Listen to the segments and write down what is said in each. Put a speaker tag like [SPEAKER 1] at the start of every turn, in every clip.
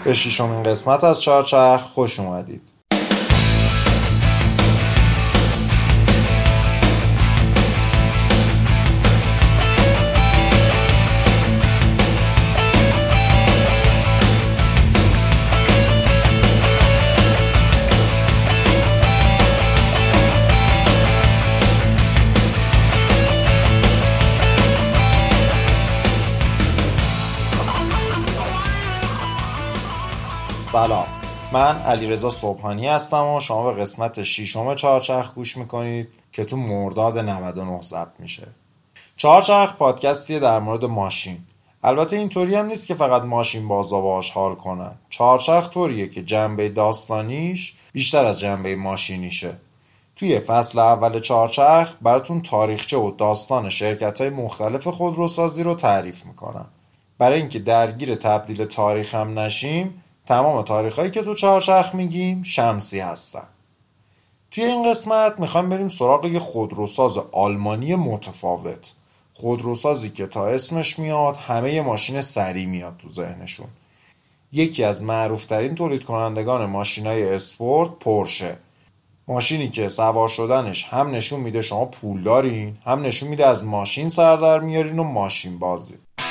[SPEAKER 1] به ششمین قسمت از چهارچرخ خوش اومدید. سلام، من علیرضا صبحانی هستم و شما به قسمت ششم چهارچرخ گوش میکنید که تو مرداد 99 ضبط میشه. چهارچرخ پادکستیه در مورد ماشین. البته اینطوری هم نیست که فقط ماشین بازا باهاش حال کنن. چهارچرخ طوریه که جنبه داستانیش بیشتر از جنبه ماشینیشه. توی فصل اول چهارچرخ براتون تاریخچه و داستان شرکت‌های مختلف خودروسازی رو تعریف میکنم. برای اینکه درگیر تبدیل تاریخ هم نشیم، تمام تاریخایی که تو چهارچرخ میگیم شمسی هستن. توی این قسمت میخوایم بریم سراغ یه خودروساز آلمانی متفاوت. خودروسازی که تا اسمش میاد همه ماشین سری میاد تو ذهنشون. یکی از معروفترین تولید کنندگان ماشینای اسپورت پورشه. ماشینی که سوار شدنش هم نشون میده شما پول دارین، هم نشون میده از ماشین سر در میارین و ماشین بازی.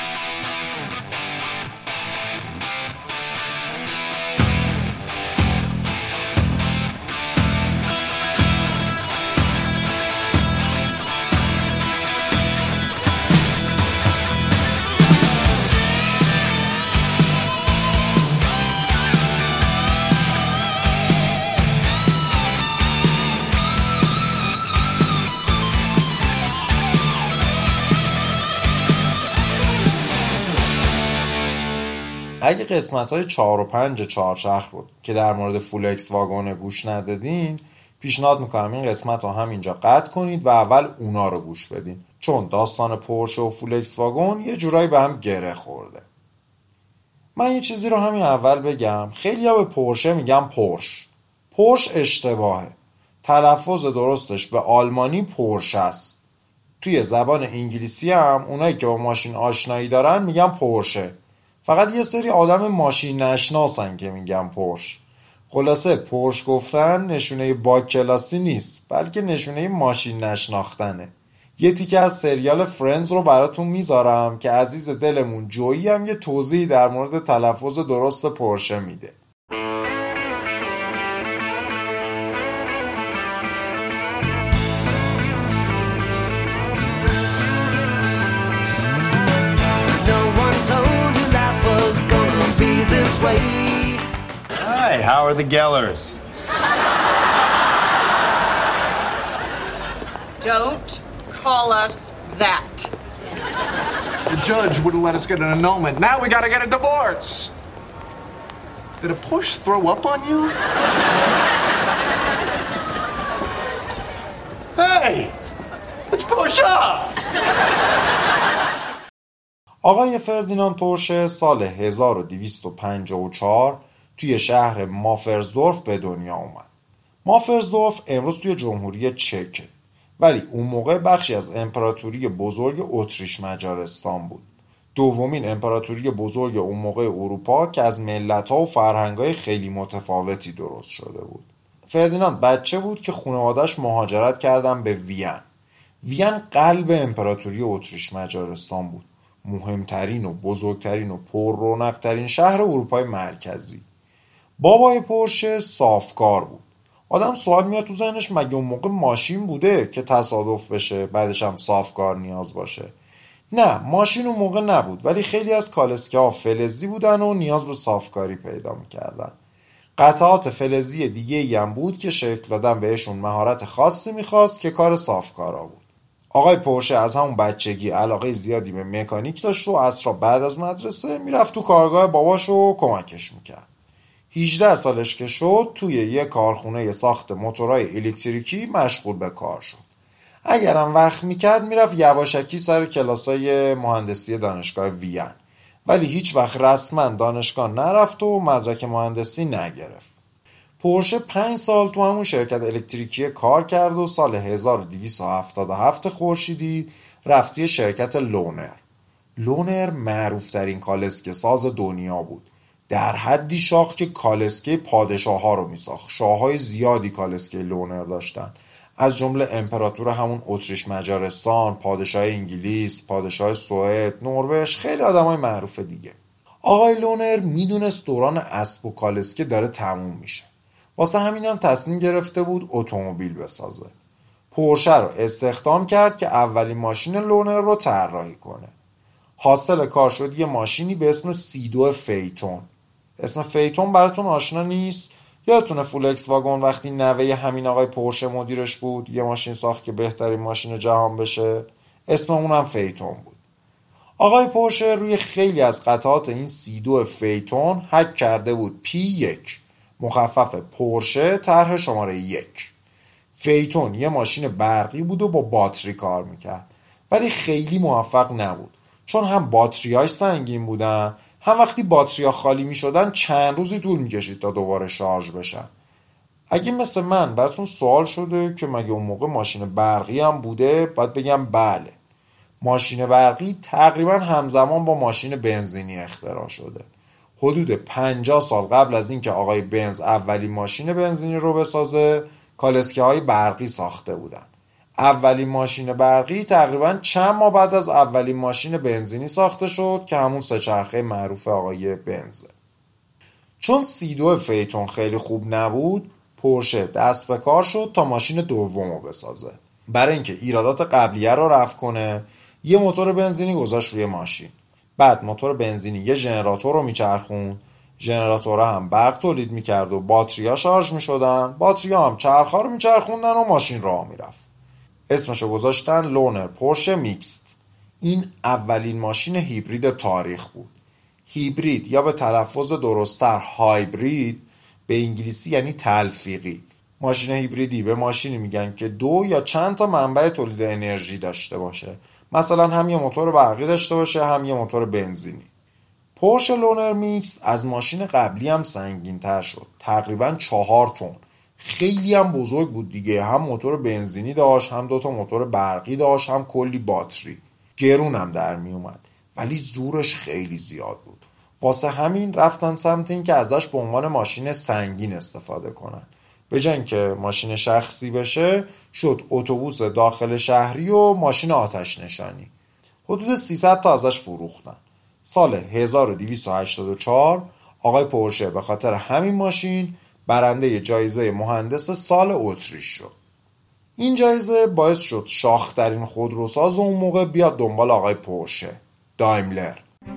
[SPEAKER 1] اگه قسمت‌های 4 و 5 چهارچرخ رو که در مورد فولکس واگن گوش ندادین، پیشنهاد میکنم این قسمت رو همینجا قطع کنید و اول اونا رو گوش بدین، چون داستان پورشه و فولکس واگن یه جورایی به هم گره خورده. من یه چیزی رو همین اول بگم، خیلی ها به پورشه میگم پورش اشتباهه. تلفظ درستش به آلمانی پورشه است. توی زبان انگلیسی هم اونایی که با ماشین آشنایی دارن میگن پورشه. فقط یه سری آدم ماشین نشناسن که میگن پورش. خلاصه پورش گفتن نشونه با کلاسی نیست، بلکه نشونه ماشین نشناختنه. یه تیکه از سریال فرندز رو براتون میذارم که عزیز دلمون جویی هم یه توضیحی در مورد تلفظ درست پورشه میده.
[SPEAKER 2] Hi, how are the Gellers?
[SPEAKER 3] Don't call us that.
[SPEAKER 4] The judge wouldn't let us get an annulment. Now we gotta get a divorce. Did a Porsche throw up on you? Hey! Let's push up!
[SPEAKER 1] آقای فردیناند پورشه سال 1254 توی شهر مافرزدورف به دنیا اومد. مافرزدورف امروز توی جمهوری چکه، ولی اون موقع بخشی از امپراتوری بزرگ اتریش مجارستان بود. دومین امپراتوری بزرگ اون موقع اروپا که از ملت‌ها و فرهنگ‌های خیلی متفاوتی درست شده بود. فردیناند بچه بود که خانواده‌اش مهاجرت کردن به وین قلب امپراتوری اتریش مجارستان بود. مهمترین و بزرگترین و پر رونق‌ترین شهر اروپای مرکزی. بابای پورشه صافکار بود. آدم سوال میاد تو ذهنش مگه اون موقع ماشین بوده که تصادف بشه بعدش هم صافکار نیاز باشه؟ نه، ماشین اون موقع نبود، ولی خیلی از کالسکه ها فلزی بودن و نیاز به صافکاری پیدا میکردن. قطعات فلزی دیگه ای هم بود که شکل دادن بهشون مهارت خاصی میخواست که کار صافکارا بود. آقای پورشه از همون بچگی علاقه زیادی به مکانیک داشت و عصرها بعد از مدرسه میرفت تو کارگاه باباش و کمکش میکرد. 18 سالش که شد توی یه کارخونه ساخت موتورهای الکتریکی مشغول به کار شد. اگرم وقت میکرد میرفت یواشکی سر کلاسای مهندسی دانشگاه وین، ولی هیچ وقت رسما دانشگاه نرفت و مدرک مهندسی نگرفت. پورشه 5 سال تو همون شرکت الکتریکی کار کرد و سال 1277 خورشیدی رفت توی شرکت لونر. لونر معروف ترین کالسکه ساز دنیا بود. در حدی شاخ که کالسکه پادشاه ها رو میساخت. شاههای زیادی کالسکه لونر داشتن، از جمله امپراتور همون اتریش مجارستان، پادشاه انگلیس، پادشاه سوئد، نروژ، خیلی آدمای معروف دیگه. آقای لونر میدونست دوران اسب و کالسکه داره تموم میشه، واسه همینم تصمیم گرفته بود اتومبیل بسازه. پورشه رو استخدام کرد که اولین ماشین لونر رو طراحی کنه. حاصل کار شد یه ماشینی به اسم C2 فیتون. اسم فیتون براتون آشنا نیست؟ یادتونه فولکس واگن وقتی نوه همین آقای پورشه مدیرش بود یه ماشین ساخت که بهترین ماشین جهان بشه؟ اسم اونم فیتون بود. آقای پورشه روی خیلی از قطعات این C2 فیتون حک کرده بود P1، مخفف پورشه طرح شماره 1. فیتون یه ماشین برقی بود و با باتری کار میکرد، ولی خیلی موفق نبود، چون هم باتریاش سنگین بودن، هم وقتی باتریا خالی میشدن چند روزی طول میکشید تا دوباره شارژ بشن. اگه مثل من براتون سوال شده که مگه اون موقع ماشین برقی هم بوده، باید بگم بله. ماشین برقی تقریبا همزمان با ماشین بنزینی اختراع شده. حدود 50 سال قبل از اینکه آقای بنز اولین ماشین بنزینی رو بسازه، کالسکه های برقی ساخته بودن. اولین ماشین برقی تقریبا چند ماه بعد از اولین ماشین بنزینی ساخته شد که همون سه‌چرخه معروف آقای بنزه. چون C2 فیتون خیلی خوب نبود، پورشه دست به کار شد تا ماشین دومو بسازه. برای اینکه ایرادات قبلیه رو رفع کنه، یه موتور بنزینی گذاشت روی ماشین. بعد موتور بنزینی یه ژنراتور رو میچرخوند، ژنراتورها هم برق تولید میکرد و باتریا شارژ میشدن، باتریا هم چرخا رو میچرخوندن و ماشین راه میرفت. اسمشو گذاشتن لونر پورشه میکست. این اولین ماشین هیبرید تاریخ بود. هیبرید یا به تلفظ درست‌تر هایبرید به انگلیسی یعنی تلفیقی. ماشین هیبریدی به ماشینی میگن که دو یا چند تا منبع تولید انرژی داشته باشه، مثلا هم یه موتور برقی داشته باشه هم یه موتور بنزینی. پورشه لونر میکس از ماشین قبلی هم سنگین تر شد، تقریبا 4 تن. خیلی هم بزرگ بود دیگه، هم موتور بنزینی داشت، هم 2 تا موتور برقی داشت، هم کلی باتری. گرون هم در می اومد، ولی زورش خیلی زیاد بود. واسه همین رفتن سمت این که ازش به عنوان ماشین سنگین استفاده کنن. به جای اینکه ماشین شخصی بشه، شد اتوبوس داخل شهری و ماشین آتش نشانی. حدود 300 تا ازش فروختن. سال 1284 آقای پورشه به خاطر همین ماشین برنده جایزه مهندس سال اتریش شد. این جایزه باعث شد شاخ‌ترین خودروساز اون موقع بیاد دنبال آقای پورشه، دایملر.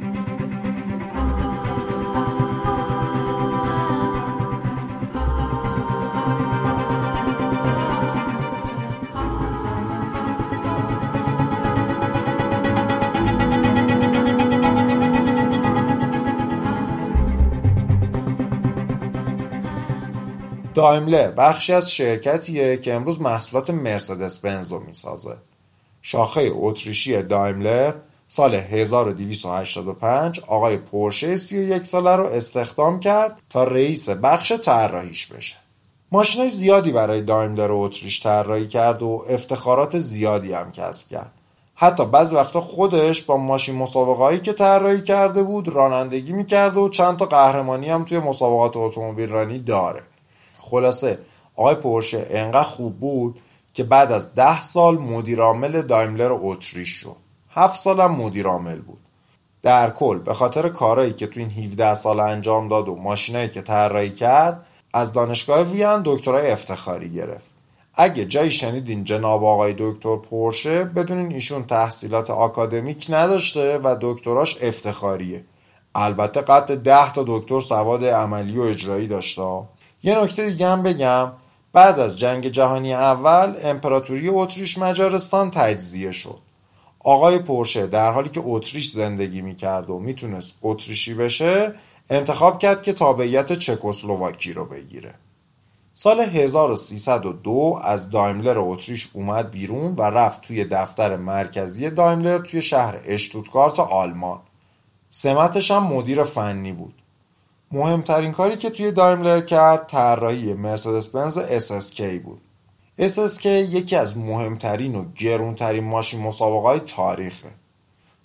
[SPEAKER 1] دایملر بخشی از شرکتیه که امروز محصولات مرسدس بنز رو میسازه. شاخه اتریشی دایملر سال 1285 آقای پورشه 31 ساله رو استخدام کرد تا رئیس بخش طراحیش بشه. ماشینای زیادی برای دایملر و اتریش طراحی کرد و افتخارات زیادی هم کسب کرد. حتی بعضی وقتا خودش با ماشین مسابقه‌ای که طراحی کرده بود رانندگی میکرد و چند تا قهرمانی هم توی مسابقات اتومبیل رانی داره. خلاصه آقای پورشه انقدر خوب بود که بعد از 10 سال مدیر عامل دایملر اتریش شد. 7 سال هم مدیر عامل بود. در کل به خاطر کارهایی که تو این 17 سال انجام داد و ماشینایی که طراحی کرد، از دانشگاه وین دکترای افتخاری گرفت. اگه جایی شنیدین جناب آقای دکتر پورشه، بدونین ایشون تحصیلات آکادمیک نداشته و دکتراش افتخاریه. البته قد 10 تا دکتر سواد عملی و اجرایی داشته. یه نکته دیگه هم بگم، بعد از جنگ جهانی اول امپراتوری اتریش مجارستان تجزیه شد. آقای پورشه در حالی که اتریش زندگی میکرد و میتونست اتریشی بشه، انتخاب کرد که تابعیت چکسلواکی رو بگیره. سال 1302 از دایملر اتریش اومد بیرون و رفت توی دفتر مرکزی دایملر توی شهر اشتوتگارت آلمان. سمتش هم مدیر فنی بود. مهمترین کاری که توی دایملر کرد طراحی مرسدس بنز SSK بود. SSK یکی از مهمترین و گرونترین ماشین مسابقه‌های تاریخه.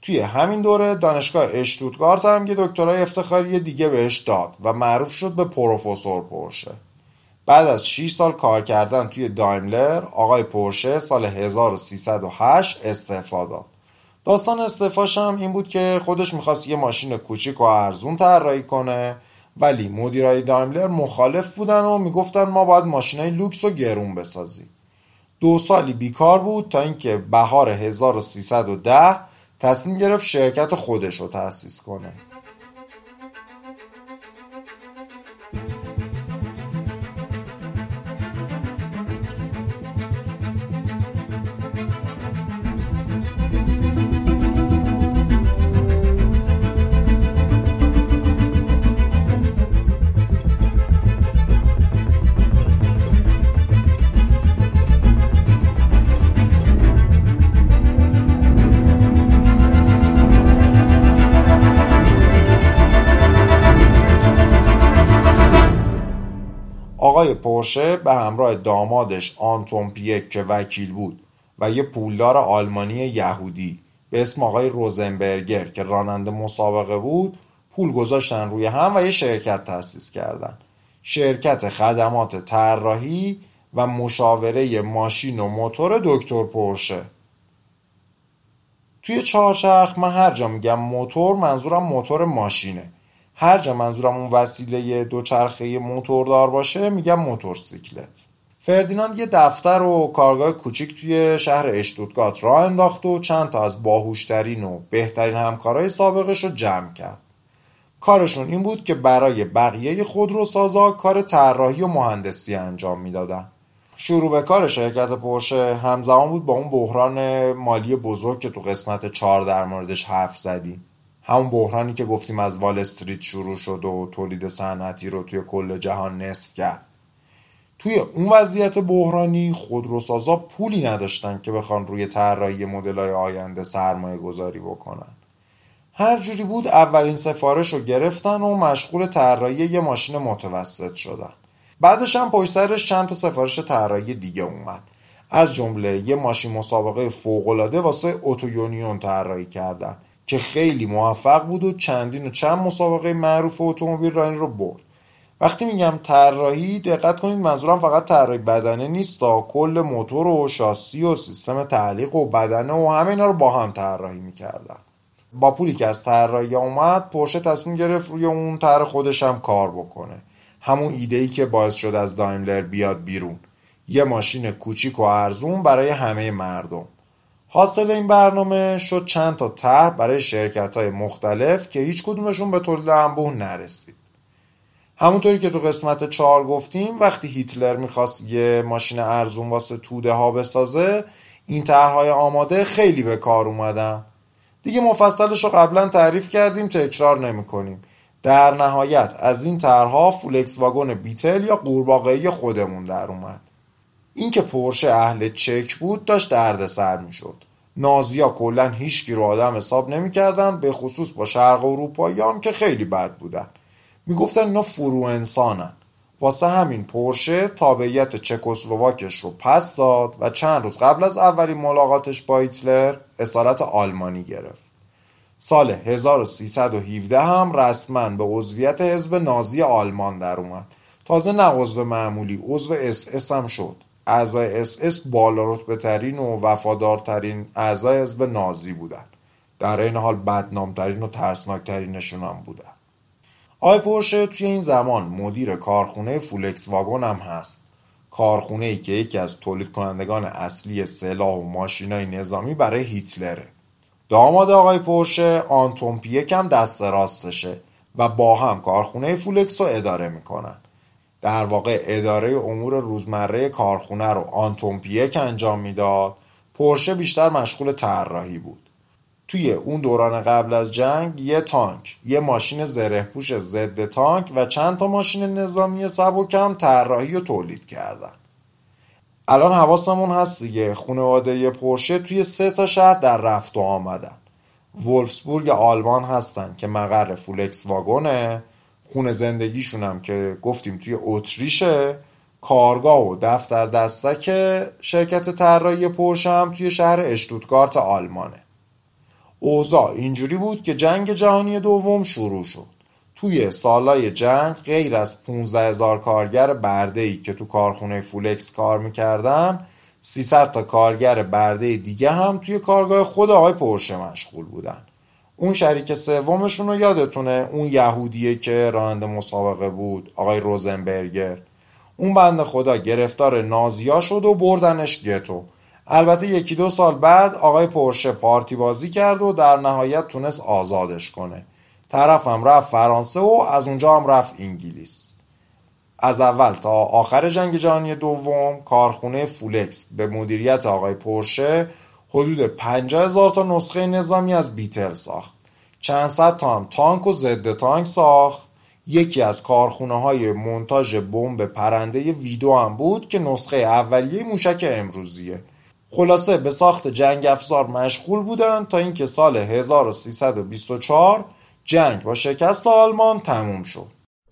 [SPEAKER 1] توی همین دوره دانشگاه اشتوتگارت هم یه دکترای افتخاری دیگه بهش داد و معروف شد به پروفسور پورشه. بعد از 6 سال کار کردن توی دایملر، آقای پورشه سال 1308 استعفا داد. داستان استعفاش هم این بود که خودش میخواست یه ماشین کوچیک و ارزون طراحی کنه، ولی مدیرای دایملر مخالف بودن و میگفتن ما باید ماشینای لوکس و گرون بسازیم. 2 سالی بیکار بود تا اینکه بهار 1310 تصمیم گرفت شرکت خودش رو تأسیس کنه. آقای پورشه به همراه دامادش آنتون پیک که وکیل بود و یه پولدار آلمانی یهودی به اسم آقای روزنبرگر که راننده مسابقه بود پول گذاشتن روی هم و یه شرکت تأسیس کردن. شرکت خدمات طراحی و مشاوره ماشین و موتور دکتر پورشه. توی چهارچرخ من هر جا میگم موتور منظورم موتور ماشینه. هر جا منظورم اون وسیله دوچرخه موتوردار باشه میگم موتورسیکلت. فردیناند یه دفتر و کارگاه کوچیک توی شهر اشتوتگارت راه انداخت و چند تا از باهوشترین و بهترین همکارای سابقش رو جمع کرد. کارشون این بود که برای بقیه خودروسازا کار طراحی و مهندسی انجام میدادن. شروع به کار شرکت پورشه همزمان بود با اون بحران مالی بزرگ که تو قسمت 4 در موردش حرف زدیم. همون بحرانی که گفتیم از وال استریت شروع شد و تولید صنعتی رو توی کل جهان نصف کرد. توی اون وضعیت بحرانی خودروسازا پولی نداشتن که بخوان روی طراحی مدل‌های آینده سرمایه گذاری بکنن. هر جوری بود اولین سفارش رو گرفتن و مشغول طراحی یه ماشین متوسط شدن. بعدش هم پشت سرش چند تا سفارش طراحی دیگه اومد. از جمله یه ماشین مسابقه فوق‌العاده واسه اتو یونیون طراحی کردن که خیلی موفق بود و چندین و چند مسابقه معروف اتومبیل رانی رو برد. وقتی میگم طراحی دقت کنید منظورم فقط طراحی بدنه نیست تا کل موتور و شاسی و سیستم تعلیق و بدنه و همه اینا رو با هم طراحی میکردن. با پولی که از طراحی اومد پورشه تصمیم گرفت روی اون طرح خودش هم کار بکنه. همون ایده‌ای که باعث شد از دایملر بیاد بیرون. یه ماشین کوچیک و ارزون برای همه مردم. حاصل این برنامه شد چند تا طرح برای شرکت‌های مختلف که هیچ کدومشون به تولید انبوه نرسید. همونطوری که تو قسمت 4 گفتیم وقتی هیتلر میخواست یه ماشین ارزون واسه توده ها بسازه این طرح‌های آماده خیلی به کار اومدن. دیگه مفصلش رو قبلا تعریف کردیم تکرار نمی کنیم. در نهایت از این طرح‌ها فولکس واگن بیتل یا قورباغه‌ای خودمون در اومد. این که پورشه اهل چک بود داشت دردسر میشد. نازی‌ها کلاً هیچکی رو آدم حساب نمی‌کردن، به خصوص با شرق اروپایی‌ها که خیلی بد بودن. میگفتن اینا فرو انسانن. واسه همین پورشه تابعیت چکسلواکش رو پس داد و چند روز قبل از اولین ملاقاتش با هیتلر اصالت آلمانی گرفت. سال 1317 هم رسما به عضویت حزب نازی آلمان در اومد. تازه نه عضو معمولی، عضو اس هم شد. اعضای اس بالا رتبه ترین و وفادارترین اعضای حزب نازی بودن. در این حال بدنامترین و ترسناکترینشون هم بودن. آقای پورشه توی این زمان مدیر کارخونه فولکس واگن هم هست. کارخونه‌ای که یکی از تولید کنندگان اصلی سلاح و ماشینای نظامی برای هیتلره. داماد آقای پورشه آنتون پیک هم دست راستشه و با هم کارخونه فولکس رو اداره میکنن. در واقع اداره امور روزمره کارخونه رو آنتون پیک انجام میداد. پورشه بیشتر مشغول طراحی بود. توی اون دوران قبل از جنگ یه تانک، یه ماشین زره‌پوش ضد تانک و چند تا ماشین نظامی سبک هم طراحی و تولید کردن. الان حواسمون هست دیگه خانواده پورشه توی 3 تا شهر در رفت و آمدن. وولفسبورگ آلمان هستن که مقر فولکس واگنه، خونه زندگیشون هم که گفتیم توی اتریشه، کارگاه و دفتر دستک شرکت طراحی پورشه هم توی شهر اشتوتگارت آلمانه. اوضاع اینجوری بود که جنگ جهانی دوم شروع شد. توی سالای جنگ غیر از 15,000 کارگر برده‌ای که تو کارخونه فولکس کار میکردن، 300 تا کارگر برده دیگه هم توی کارگاه خود آقای پورشه مشغول بودن. اون شریک سومشون رو یادتونه، اون یهودیه که راننده مسابقه بود، آقای روزنبرگر. اون بنده خدا گرفتار نازیا شد و بردنش گتو. البته 1-2 سال بعد آقای پورشه پارتی بازی کرد و در نهایت تونست آزادش کنه. طرف هم رفت فرانسه و از اونجا هم رفت انگلیس. از اول تا آخر جنگ جهانی دوم کارخونه فولکس به مدیریت آقای پورشه حدود 50,000 تا نسخه نظامی از بیتل ساخت. چند صد تا هم تانک و ضد تانک ساخت. یکی از کارخونه های منتاژ بمب پرنده ویدو هم بود که نسخه اولیه موشک امروزیه. خلاصه به ساخت جنگ افزار مشغول بودن تا اینکه سال 1324 جنگ با شکست آلمان تموم شد.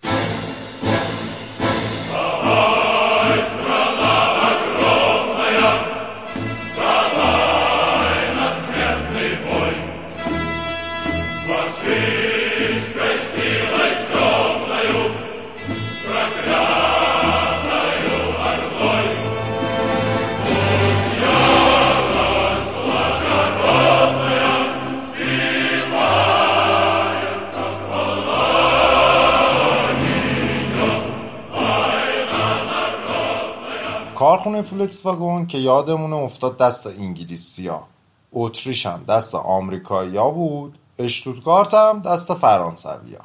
[SPEAKER 1] کارخونه فولکس واگن که یادمونه افتاد دست انگلیسی‌ها، اتریش هم دست آمریکایی‌ها بود، اشتوتگارت هم دست فرانسوی‌ها.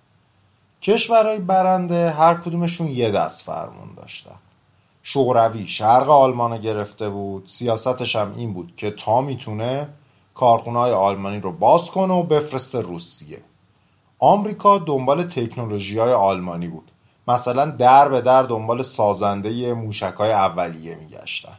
[SPEAKER 1] کشورهای برنده هر کدومشون یه دست فرمون داشتن. شوروی شرق آلمان گرفته بود، سیاستش هم این بود که تا میتونه کارخونه‌های آلمانی رو باز کنه و بفرسته روسیه. آمریکا دنبال تکنولوژی‌های آلمانی بود. مثلا در به در دنبال سازنده موشک‌های اولیه میگشتن.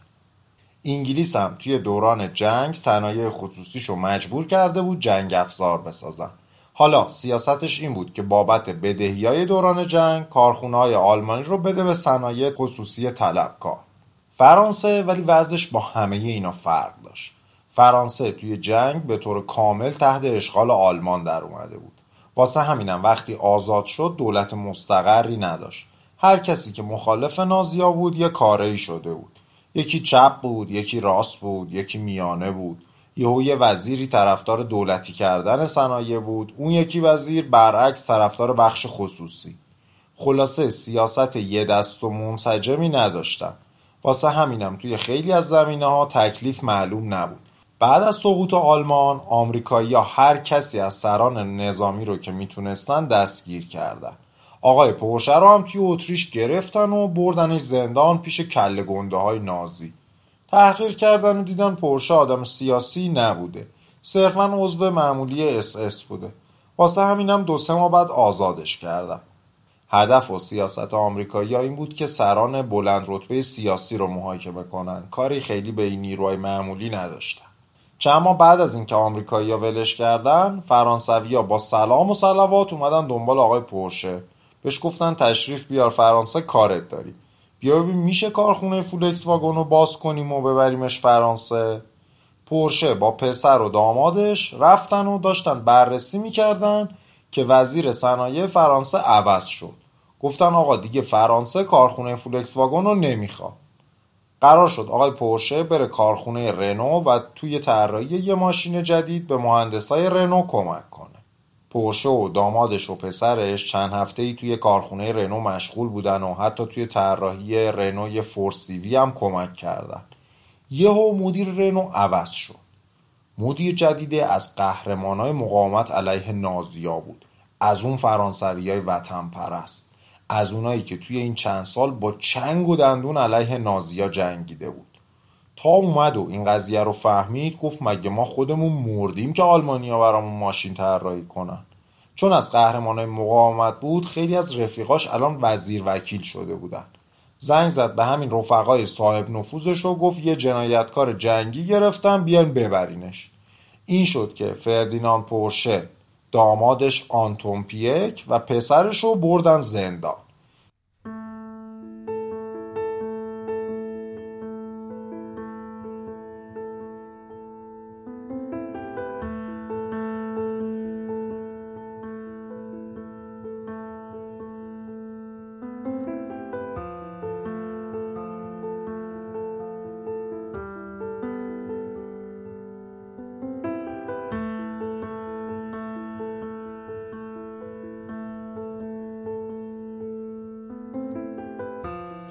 [SPEAKER 1] انگلیس هم توی دوران جنگ صنایع خصوصیشو مجبور کرده بود جنگ افزار بسازن. حالا سیاستش این بود که بابت بدهی‌های دوران جنگ کارخونه‌های آلمانی رو بده به صنایع خصوصی طلبکار. فرانسه ولی وضعش با همه اینا فرق داشت. فرانسه توی جنگ به طور کامل تحت اشغال آلمان در اومده بود. واسه همینم وقتی آزاد شد دولت مستقری نداشت. هر کسی که مخالف نازیا بود یه کاره‌ای شده بود. یکی چپ بود، یکی راست بود، یکی میانه بود. یه وزیری طرفدار دولتی کردن صنایع بود، اون یکی وزیر برعکس طرفدار بخش خصوصی. خلاصه سیاست یه دست و منسجمی نداشتن. واسه همینم توی خیلی از زمینه‌ها تکلیف معلوم نبود. بعد از سقوط آلمان، آمریکایی‌ها هر کسی از سران نظامی رو که میتونستن دستگیر کردن. آقای پورشه رو هم توی اتریش گرفتن و بردنش زندان پیش کله گنده های نازی. تحقیق کردن و دیدن پورشه آدم سیاسی نبوده، صرفاً عضو معمولی اس بوده. واسه همینم 2-3 ماه بعد آزادش کردن. هدف و سیاست آمریکایی‌ها این بود که سران بلند رتبه سیاسی رو محاکمه کنن. کاری خیلی به این نیروهای معمولی نداشتن. چند ماه بعد از اینکه آمریکایی‌ها ولش کردن، فرانسوی‌ها با سلام و صلوات اومدن دنبال آقای پورشه. بهش گفتن تشریف بیار فرانسه، کارت داریم. بیا ببین میشه کارخونه فولکس واگن رو باز کنیم و ببریمش فرانسه. پورشه با پسر و دامادش رفتن و داشتن بررسی میکردن که وزیر صنایع فرانسه عوض شد. گفتن آقا دیگه فرانسه کارخونه فولکس واگن رو نمیخواد. قرار شد آقای پورشه بره کارخونه رنو و توی طراحی یه ماشین جدید به مهندسای رنو کمک کنه. پورشه و دامادش و پسرش چند هفته‌ای توی کارخونه رنو مشغول بودن و حتی توی طراحی رنو فورسیوی هم کمک کردن. یهو مدیر رنو عوض شد. مدیر جدیده از قهرمانای مقاومت علیه نازیا بود. از اون فرانسویای وطن پرست. از اونایی که توی این چند سال با چنگ و دندون علیه نازیا جنگیده بود. تا اومد و این قضیه رو فهمید گفت مگه ما خودمون مردیم که آلمانیا برامون ماشین طراحی کنن. چون از قهرمانای مقاومت بود خیلی از رفیقاش الان وزیر وکیل شده بودن. زنگ زد به همین رفقای صاحب نفوذش و گفت یه جنایتکار جنگی گرفتم بیان ببرینش. این شد که فردیناند پورشه، دامادش آنتون پیک و پسرش رو بردن زندان.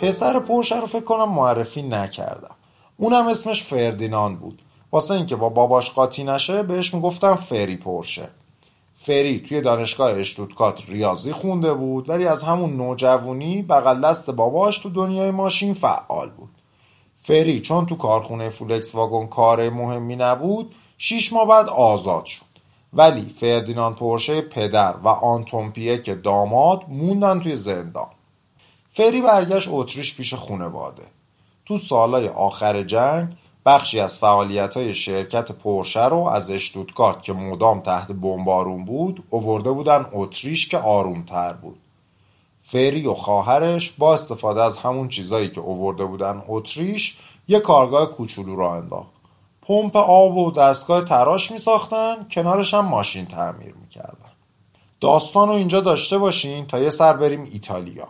[SPEAKER 1] پسر پورشه رو فکر کنم معرفی نکردم. اونم اسمش فردیناند بود. واسه اینکه با باباش قاطی نشه بهش میگفتن فری پورشه. فری توی دانشگاه اشتوتگارت ریاضی خونده بود، ولی از همون نوجوانی بغل دست باباش تو دنیای ماشین فعال بود. فری چون تو کارخونه فولکس واگن کار مهمی نبود 6 ماه بعد آزاد شد، ولی فردیناند پورشه پدر و آنتون پیک داماد موندن توی زندان. فری برگشت اتریش پیش خونواده. تو سالهای آخر جنگ بخشی از فعالیت‌های شرکت پورشه رو از اشتوتگارت که مدام تحت بمبارون بود آورده بودن اتریش که آرومتر بود. فری و خواهرش با استفاده از همون چیزایی که آورده بودن اتریش یه کارگاه کوچولو راه انداخت. پمپ آب و دستگاه تراش می ساختن، کنارش هم ماشین تعمیر می کردن. داستان رو اینجا داشته باشین تا یه سر بریم ایتالیا.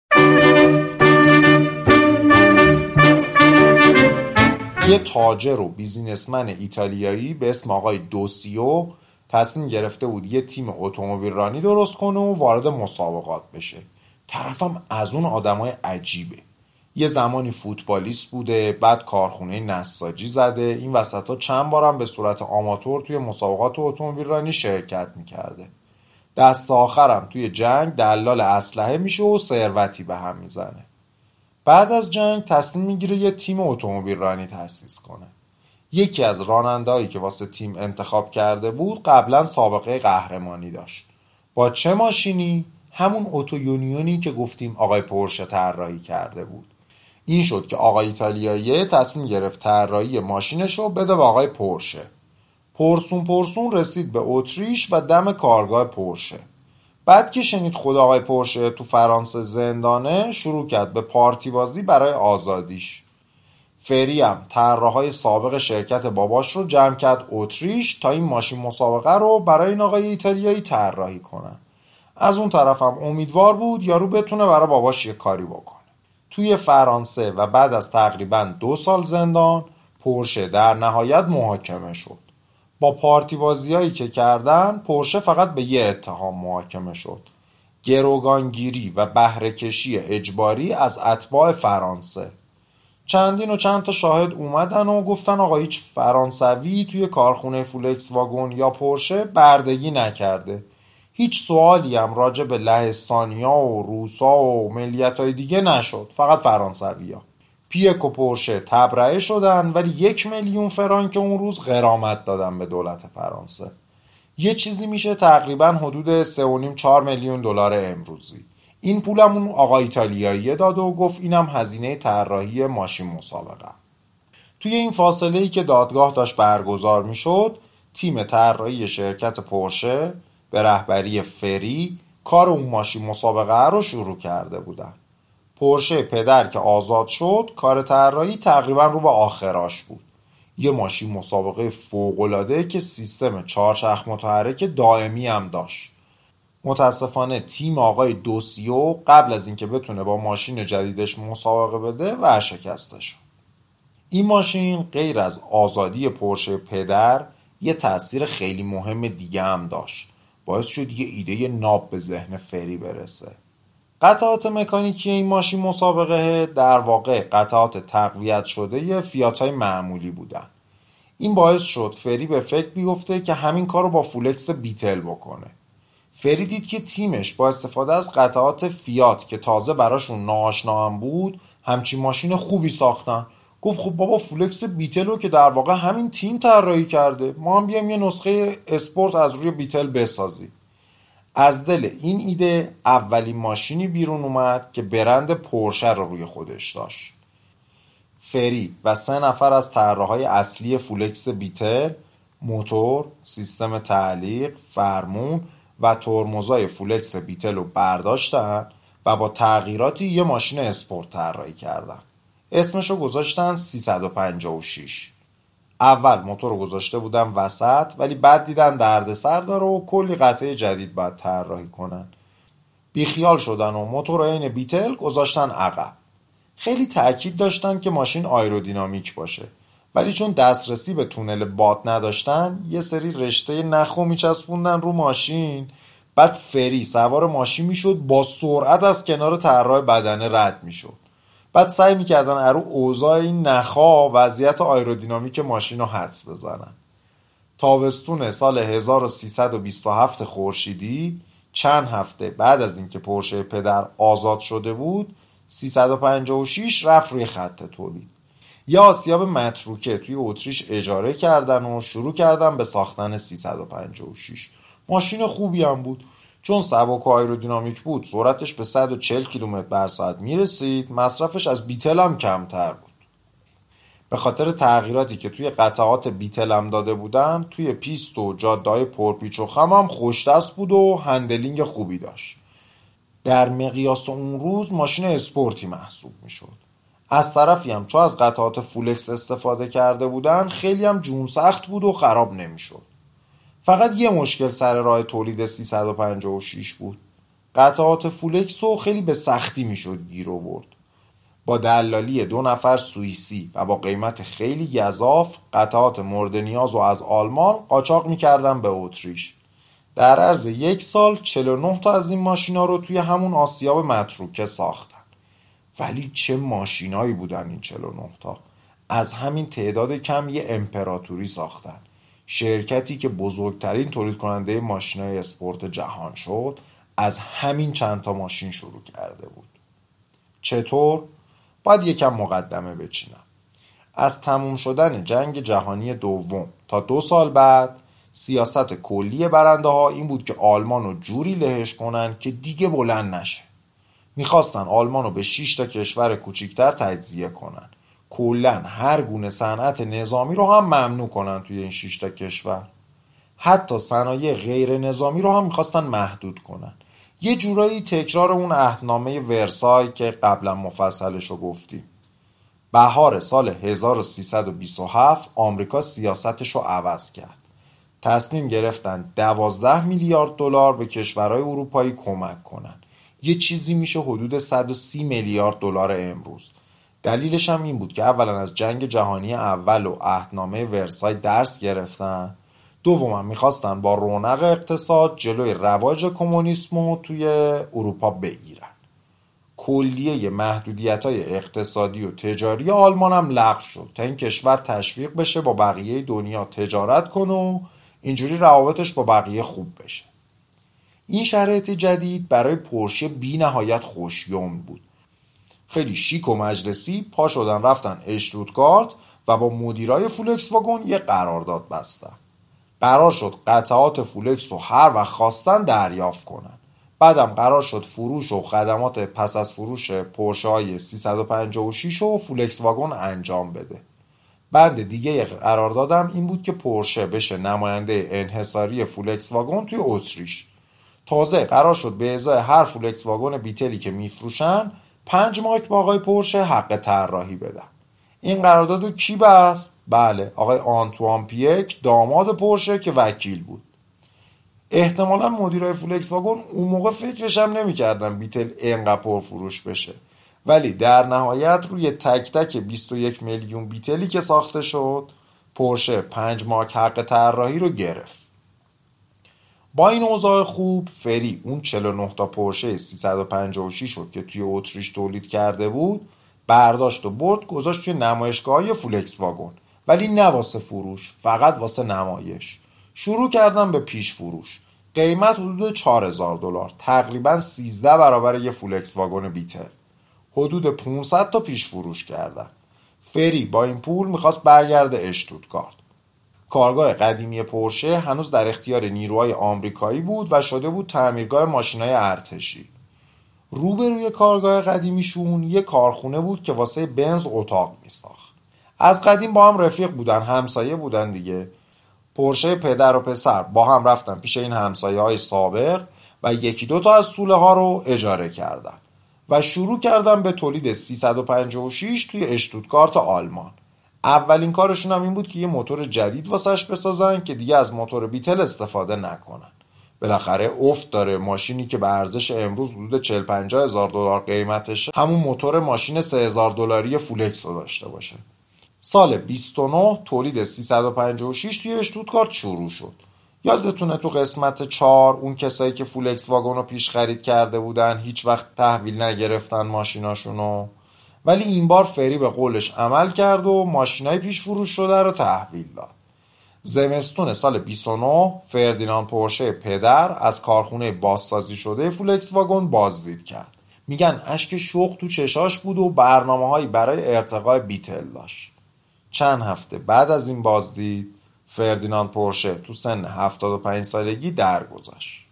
[SPEAKER 1] یه تاجر و بیزینسمن ایتالیایی به اسم آقای دوسیو تصمیم گرفته بود یه تیم اتومبیل رانی درست کنه و وارد مسابقات بشه. طرفم از اون آدمای عجیبه. یه زمانی فوتبالیست بوده، بعد کارخونه نساجی زده، این وسطا چند بارم به صورت آماتور توی مسابقات اتومبیل رانی شرکت میکرده. دست آخرم توی جنگ دلال اسلحه میشه و ثروتی به هم میزنه. بعد از جنگ تصمیم میگیره یه تیم اتومبیل رانی تأسیس کنه. یکی از راننده‌هایی که واسه تیم انتخاب کرده بود قبلا سابقه قهرمانی داشت. با چه ماشینی؟ همون اوتو یونیونی که گفتیم آقای پورشه طراحی کرده بود. این شد که آقای ایتالیایی تصمیم گرفت طراحی ماشینش رو بده به آقای پورشه. پرسون رسید به اتریش و دم کارگاه پورشه. بعد که شنید خود آقای پورشه تو فرانسه زندانه، شروع کرد به پارتی بازی برای آزادیش. فری هم طراحای سابق شرکت باباش رو جمع کرد اتریش تا این ماشین مسابقه رو برای این آقای ایتالیایی طراحی کنن. از اون طرف هم امیدوار بود یارو بتونه برای باباش یه کاری بکنه. توی فرانسه و بعد از تقریباً 2 سال زندان، پورشه در نهایت محاکمه شد. با پارتی بازیایی که کردن، پورشه فقط به یه اتهام محاکمه شد: گروگانگیری و بهره‌کشی اجباری از اتباع فرانسه. چند تا شاهد اومدن و گفتن آقا هیچ فرانسوی توی کارخونه فولکس واگن یا پورشه بردگی نکرده. هیچ سوالی هم راجع به لهستانیا و روسا و ملیت‌های دیگه نشد، فقط فرانسویا. پیک و پورشه تبرئه شدن، ولی 1,000,000 فرانک اون روز غرامت دادن به دولت فرانسه. یه چیزی میشه تقریبا حدود 3.5-4 میلیون دلار امروزی. این پولم اون آقا ایتالیایی داد و گفت اینم هزینه طراحی ماشین مسابقه. توی این فاصله‌ای که دادگاه داشت برگزار میشد، تیم طراحی شرکت پورشه به رهبری فری کار اون ماشین مسابقه رو شروع کرده بودن. پورشه پدر که آزاد شد، کار طراحی تقریبا رو به آخراش بود. یه ماشین مسابقه فوق‌العاده که سیستم 4 چرخ متحرک دائمی هم داشت. متاسفانه تیم آقای دوسیو قبل از اینکه بتونه با ماشین جدیدش مسابقه بده ورشکسته شد. این ماشین غیر از آزادی پورشه پدر یه تأثیر خیلی مهم دیگه هم داشت. باعث شد یه ایده ناب به ذهن فری برسه. قطعات مکانیکی این ماشین مسابقه در واقع قطعات تقویت شده ی فیات‌های معمولی بودن. این باعث شد فری به فکر بیفته که همین کارو با فولکس بیتل بکنه. فری دید که تیمش با استفاده از قطعات فیات که تازه براشون ناآشنا هم بود همچین ماشین خوبی ساختن. گفت خب بابا فولکس بیتل رو که در واقع همین تیم طراحی کرده، ما هم بیام یه نسخه اسپورت از روی بیتل بسازیم. از دل این ایده اولین ماشینی بیرون اومد که برند پورشه رو روی خودش داشت. فری و 3 نفر از طراحای اصلی فولکس بیتل موتور، سیستم تعلیق، فرمون و ترمزای فولکس بیتل رو برداشتن و با تغییراتی یه ماشین اسپورت طراحی کردن. اسمشو گذاشتن 356. اول موتور رو گذاشته بودن وسط، ولی بعد دیدن دردسر داره و کلی قطعه جدید باید طراحی کنن. بیخیال شدن و موتور رو عین بیتل گذاشتن عقب. خیلی تأکید داشتن که ماشین آیرودینامیک باشه، ولی چون دسترسی به تونل باد نداشتن یه سری رشته نخو میچسبوندن رو ماشین. بعد فری سوار ماشین میشد با سرعت از کنار طراح بدنه رد میشد. بعد سعی میکردن ارو اوضاع این نخا وضعیت آیرودینامیک ماشین رو حدس بزنن. تابستون سال 1327 خورشیدی، چند هفته بعد از اینکه پورشه پدر آزاد شده بود، 356 رفت روی خط تولید. یه آسیاب متروکه توی اتریش اجاره کردن و شروع کردن به ساختن 356. ماشین خوبی هم بود، چون سبک و آیرودینامیک بود، سرعتش به 140 کیلومتر بر ساعت میرسید، مصرفش از بیتل هم کمتر بود. به خاطر تغییراتی که توی قطعات بیتل هم داده بودن، توی پیست و جاده‌های پرپیچ و خم هم خوش‌دست بود و هندلینگ خوبی داشت. در مقیاس اون روز ماشین اسپورتی محسوب میشد. از طرفی هم چون از قطعات فولکس استفاده کرده بودن، خیلی هم جون سخت بود و خراب نمیشد. فقط یه مشکل سر راه تولید 356 بود. قطعات فولکس رو خیلی به سختی میشد گیر آورد. با دلالی 2 نفر سوئیسی و با قیمت خیلی گزاف قطعات مورد نیاز رو از آلمان قاچاق میکردن به اتریش. در عرض 1 سال 49 تا از این ماشینا رو توی همون آسیاب متروکه ساختن. ولی چه ماشینایی بودن این 49 تا. از همین تعداد کم یه امپراتوری ساختن. شرکتی که بزرگترین تولید کننده ماشینای اسپورت جهان شد، از همین چند تا ماشین شروع کرده بود. چطور؟ باید یکم مقدمه بچینم. از تموم شدن جنگ جهانی دوم تا 2 سال بعد، سیاست کلی برنده ها این بود که آلمان رو جوری لهش کنن که دیگه بلند نشه. میخواستن آلمان رو به 6 تا کشور کوچیکتر تجزیه کنن. کلن هر گونه صنعت نظامی رو هم ممنوع کنن توی این 6 تا کشور. حتی صنایع غیر نظامی رو هم میخواستن محدود کنن. یه جورایی تکرار اون عهدنامه ورسای که قبلا مفصلش رو گفتیم. بهار سال 1327 آمریکا سیاستش رو عوض کرد. تصمیم گرفتن 12 میلیارد دلار به کشورهای اروپایی کمک کنن. یه چیزی میشه حدود 130 میلیارد دلار امروز. دلیلش هم این بود که اولا از جنگ جهانی اول و عهدنامه ورسای درس گرفتن، دوما میخواستن با رونق اقتصاد جلوی رواج کمونیسمو توی اروپا بگیرن. کلیه محدودیت‌های اقتصادی و تجاری آلمان هم لغو شد تا این کشور تشویق بشه با بقیه دنیا تجارت کنه و اینجوری روابطش با بقیه خوب بشه. این شرایط جدید برای پورشه بی نهایت خوشیوم بود. خیلی شیک و مجلسی پا شدن رفتن اشتوتگارت و با مدیرای فولکس واگن یه قرارداد بستن. قرار شد قطعات فولکس رو هر وقت خواستن دریافت کنن. بعدم قرار شد فروش و خدمات پس از فروش پورشه های 356 و فولکس واگن انجام بده. بند دیگه قراردادم این بود که پورشه بشه نماینده انحصاری فولکس واگن توی اتریش. تازه قرار شد به ازای هر فولکس واگن بیتلی که میفروشن 5 مارک به آقای پورشه حق طراحی بدن. این قراردادو کی بست؟ بله، آقای آنتوان پیک، داماد پورشه که وکیل بود. احتمالاً مدیرای فولکس واگن اون موقع فکرش هم نمی‌کردن بیتل اینقدر پرفروش بشه، ولی در نهایت روی تک تک 21 میلیون بیتلی که ساخته شد، پورشه 5 مارک حق طراحی رو گرفت. با این اوضاع خوب، فری اون 49 تا پورشه 356 رو که توی اتریش تولید کرده بود برداشت و برد گذاشت توی نمایشگاه‌های فولکس واگن، ولی نه واسه فروش، فقط واسه نمایش. شروع کردن به پیش فروش. قیمت حدود 4000 دلار، تقریبا 13 برابر یه فولکس واگن بیتل. حدود 500 تا پیش فروش کردن. فری با این پول میخواست برگرده اشتوتگارت. کارگاه قدیمی پورشه هنوز در اختیار نیروهای آمریکایی بود و شده بود تعمیرگاه ماشینای ارتشی. روبروی کارگاه قدیمیشون یه کارخونه بود که واسه بنز اتاق میساخت. از قدیم با هم رفیق بودن، همسایه بودن دیگه. پورشه پدر و پسر با هم رفتن پیش این همسایه های سابق و 1-2 تا از سوله ها رو اجاره کردن و شروع کردن به تولید 356 توی اشتوتگارت آلمان. اولین کارشون هم این بود که یه موتور جدید واسش بسازن که دیگه از موتور بیتل استفاده نکنن. بالاخره افت داره، ماشینی که به ارزش امروز حدود 40-50 هزار دلار قیمتشه همون موتور ماشین 3000 دلاری فولکس رو داشته باشه. سال 29 تولید 356 توی اشتوتگارت شروع شد. یادتونه تو قسمت 4 اون کسایی که فولکس واگن رو پیش خرید کرده بودن هیچ وقت تحویل نگرفتن ماشیناشونو؟ ولی این بار فری به قولش عمل کرد و ماشینای پیش فروش شده رو تحویل داد. زمستون سال 29 فردیناند پورشه پدر از کارخونه بازسازی شده فولکس واگن بازدید کرد. میگن اشک شوق تو چشاش بود و برنامه‌هایی برای ارتقای بیتل داشت. چند هفته بعد از این بازدید فردیناند پورشه تو سن 75 سالگی درگذشت.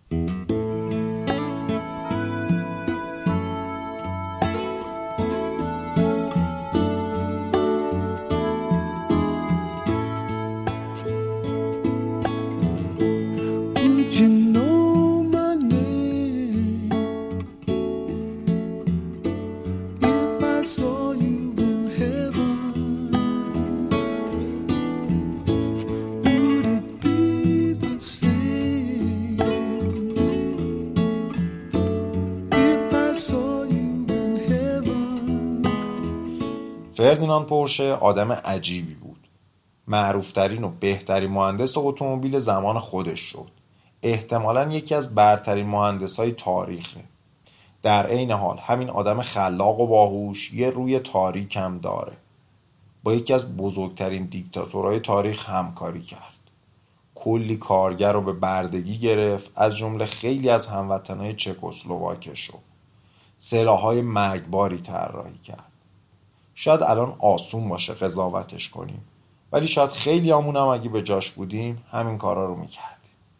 [SPEAKER 1] فردیناند پورشه آدم عجیبی بود. معروفترین و بهترین مهندس اتومبیل زمان خودش شد. احتمالاً یکی از برترین مهندسای تاریخه. در عین حال همین آدم خلاق و باهوش یه روی تاریک هم داره. با یکی از بزرگترین دیکتاتورهای تاریخ همکاری کرد. کلی کارگر رو به بردگی گرفت، از جمله خیلی از هموطنهای چکسلواکش رو. سلاح‌های مرگباری طراحی کرد. شاید الان آسون باشه قضاوتش کنیم، ولی شاید خیلی همونم اگه به جاش بودیم همین کارا رو میکردیم.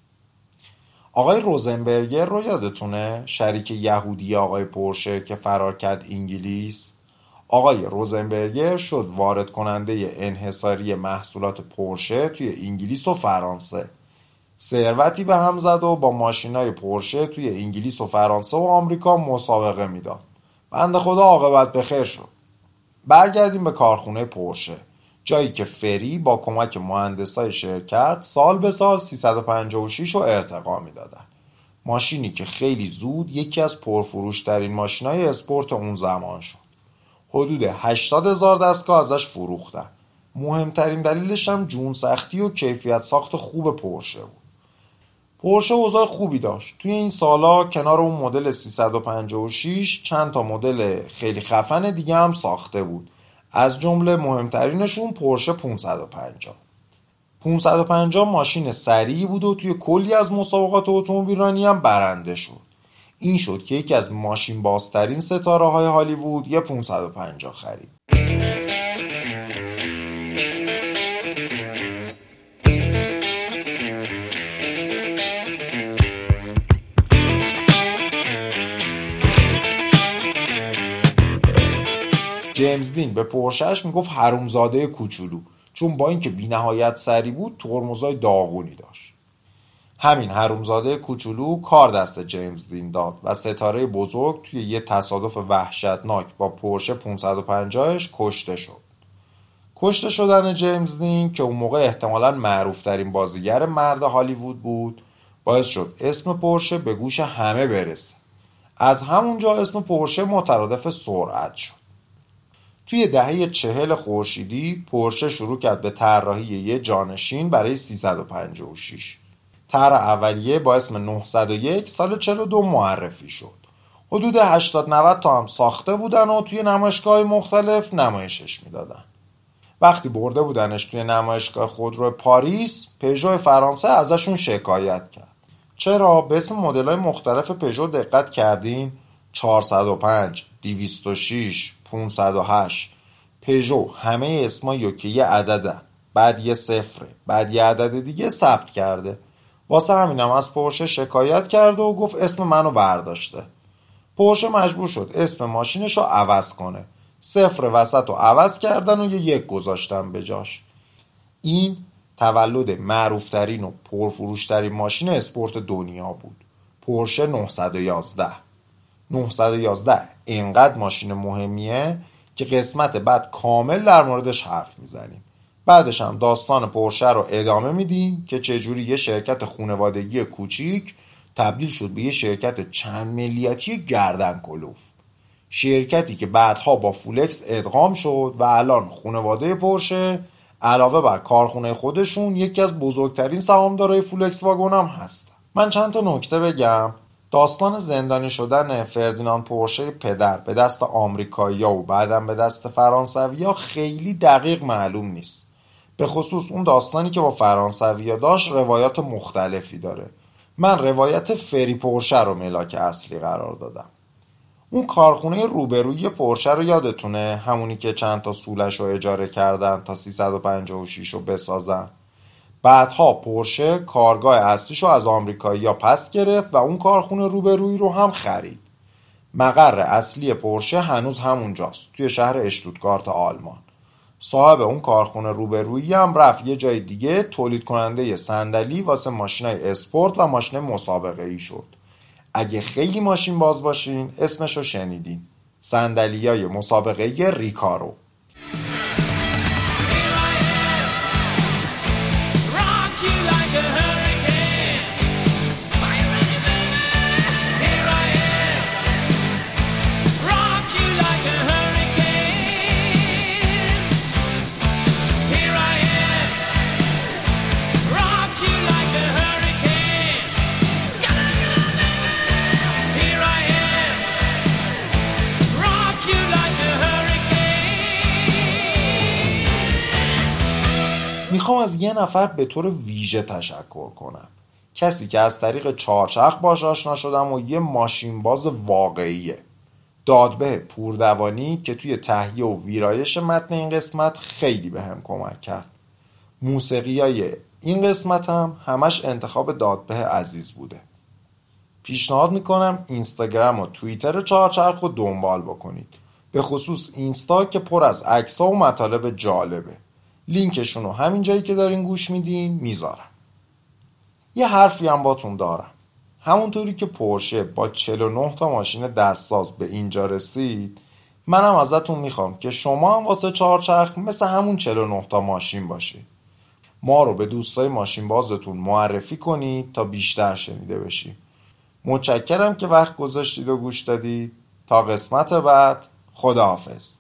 [SPEAKER 1] آقای روزنبرگر رو یادتونه؟ شریک یهودی آقای پورشه که فرار کرد انگلیس. آقای روزنبرگر شد وارد کننده انحصاری محصولات پورشه توی انگلیس و فرانسه. ثروتی به هم زد و با ماشینای پورشه توی انگلیس و فرانسه و آمریکا مسابقه میداد. بنده خدا عاقبت بخیر شد. برگردیم به کارخونه پورشه، جایی که فری با کمک مهندسای شرکت سال به سال 356 رو ارتقا میدادن. ماشینی که خیلی زود یکی از پرفروشترین ماشینای اسپورت اون زمان شد. حدود 80,000 دستگاه ازش فروختن. مهمترین دلیلش هم جون سختی و کیفیت ساخت خوب پورشه بود. پورشه اوضاع خوبی داشت. توی این سالا کنار اون مدل 356 چند تا مدل خیلی خفن دیگه هم ساخته بود. از جمله مهمترینشون پورشه 550. 550 ماشین سریعی بود و توی کلی از مسابقات اتومبیلرانی هم برنده شد. این شد که یکی از ماشین بازترین ستاره های هالیوود یه 550 خرید. جیمز دین به پورشهش میگفت حرومزاده کوچولو، چون با اینکه بی‌نهایت سریع بود ترمزای داغونی داشت. همین حرومزاده کوچولو کار دست جیمز دین داد و ستاره بزرگ توی یه تصادف وحشتناک با پورشه 550ش کشته شد. کشته شدن جیمز دین که اون موقع احتمالاً معروفترین بازیگر مرد هالیوود بود باعث شد اسم پورشه به گوش همه برسه. از همونجا اسم پورشه مترادف سرعت شد. توی دهه 40 خورشیدی پورشه شروع کرد به طراحی یه جانشین برای 356. طرح اولیه با اسم 901 سال 42 معرفی شد. حدود 80-90 تا هم ساخته بودن و توی نمایشگاه مختلف نمایشش میدادن. وقتی برده بودنش توی نمایشگاه خودرو پاریس، پژو فرانسه ازشون شکایت کرد. چرا؟ به اسم مدل‌های مختلف پژو دقت کردین؟ 405، 206، 508. پژو همه اسمایی که یه عددن، بعد یه صفره، بعد یه عدد دیگه ثبت کرده. واسه همینم از پورشه شکایت کرد و گفت اسم منو برداشته. پورشه مجبور شد اسم ماشینش رو عوض کنه. صفر وسط رو عوض کردن و یه 1 گذاشتن به جاش. این تولد معروفترین و پرفروشترین ماشین اسپورت دنیا بود. پورشه 911. 911 اینقدر ماشین مهمیه که قسمت بعد کامل در موردش حرف میزنیم. بعدش هم داستان پورشه رو ادامه میدیم که چجوری یه شرکت خانوادگی کوچیک تبدیل شد به یه شرکت چند ملیتی گردن کلوف. شرکتی که بعدها با فولکس ادغام شد و الان خانواده پورشه علاوه بر کارخونه خودشون یکی از بزرگترین سهامدارای فولکس واگن هم هستن. من چند تا نکته بگم. داستان زندانی شدن فردیناند پورشه پدر به دست آمریکایی‌ها و بعدم به دست فرانسوی‌ها خیلی دقیق معلوم نیست. به خصوص اون داستانی که با فرانسوی‌ها داشت روایات مختلفی داره. من روایت فری پورشه رو ملاک اصلی قرار دادم. اون کارخونه روبروی پورشه رو یادتونه؟ همونی که چند تا سولش رو اجاره کردن تا 356 رو بسازن. بعدها پورشه کارگاه اصلیش رو از آمریکایی‌ها پس گرفت و اون کارخونه روبرویی رو هم خرید. مقر اصلی پورشه هنوز همونجاست، توی شهر اشتوتگارت آلمان. صاحب اون کارخونه روبرویی هم رفت یه جای دیگه تولید کننده صندلی واسه ماشینای اسپورت و ماشین مسابقه‌ای شد. اگه خیلی ماشین باز باشین اسمشو شنیدین، صندلیای مسابقه‌ای ریکارو. میخوام از یه نفر به طور ویژه تشکر کنم، کسی که از طریق چهارچرخ باهاش آشنا شدم و یه ماشین باز واقعیه. دادبه پوردوانی که توی تهیه و ویرایش متن این قسمت خیلی بهم کمک کرد. موسیقیای این قسمت هم همش انتخاب دادبه عزیز بوده. پیشنهاد میکنم اینستاگرام و توییتر چهارچرخ رو دنبال بکنید، به خصوص اینستا که پر از عکس‌ها و مطالب جالبه. لینکشون رو همین جایی که دارین گوش میدین میذارم. یه حرفی هم باتون دارم. همونطوری که پورشه با 49 تا ماشین دستساز به اینجا رسید، منم ازتون میخوام که شما هم واسه چهارچرخ مثل همون 49 تا ماشین باشید. ما رو به دوستای ماشین بازتون معرفی کنید تا بیشتر شنیده بشیم. متشکرم که وقت گذاشتید و گوش دادید. تا قسمت بعد، خداحافظ.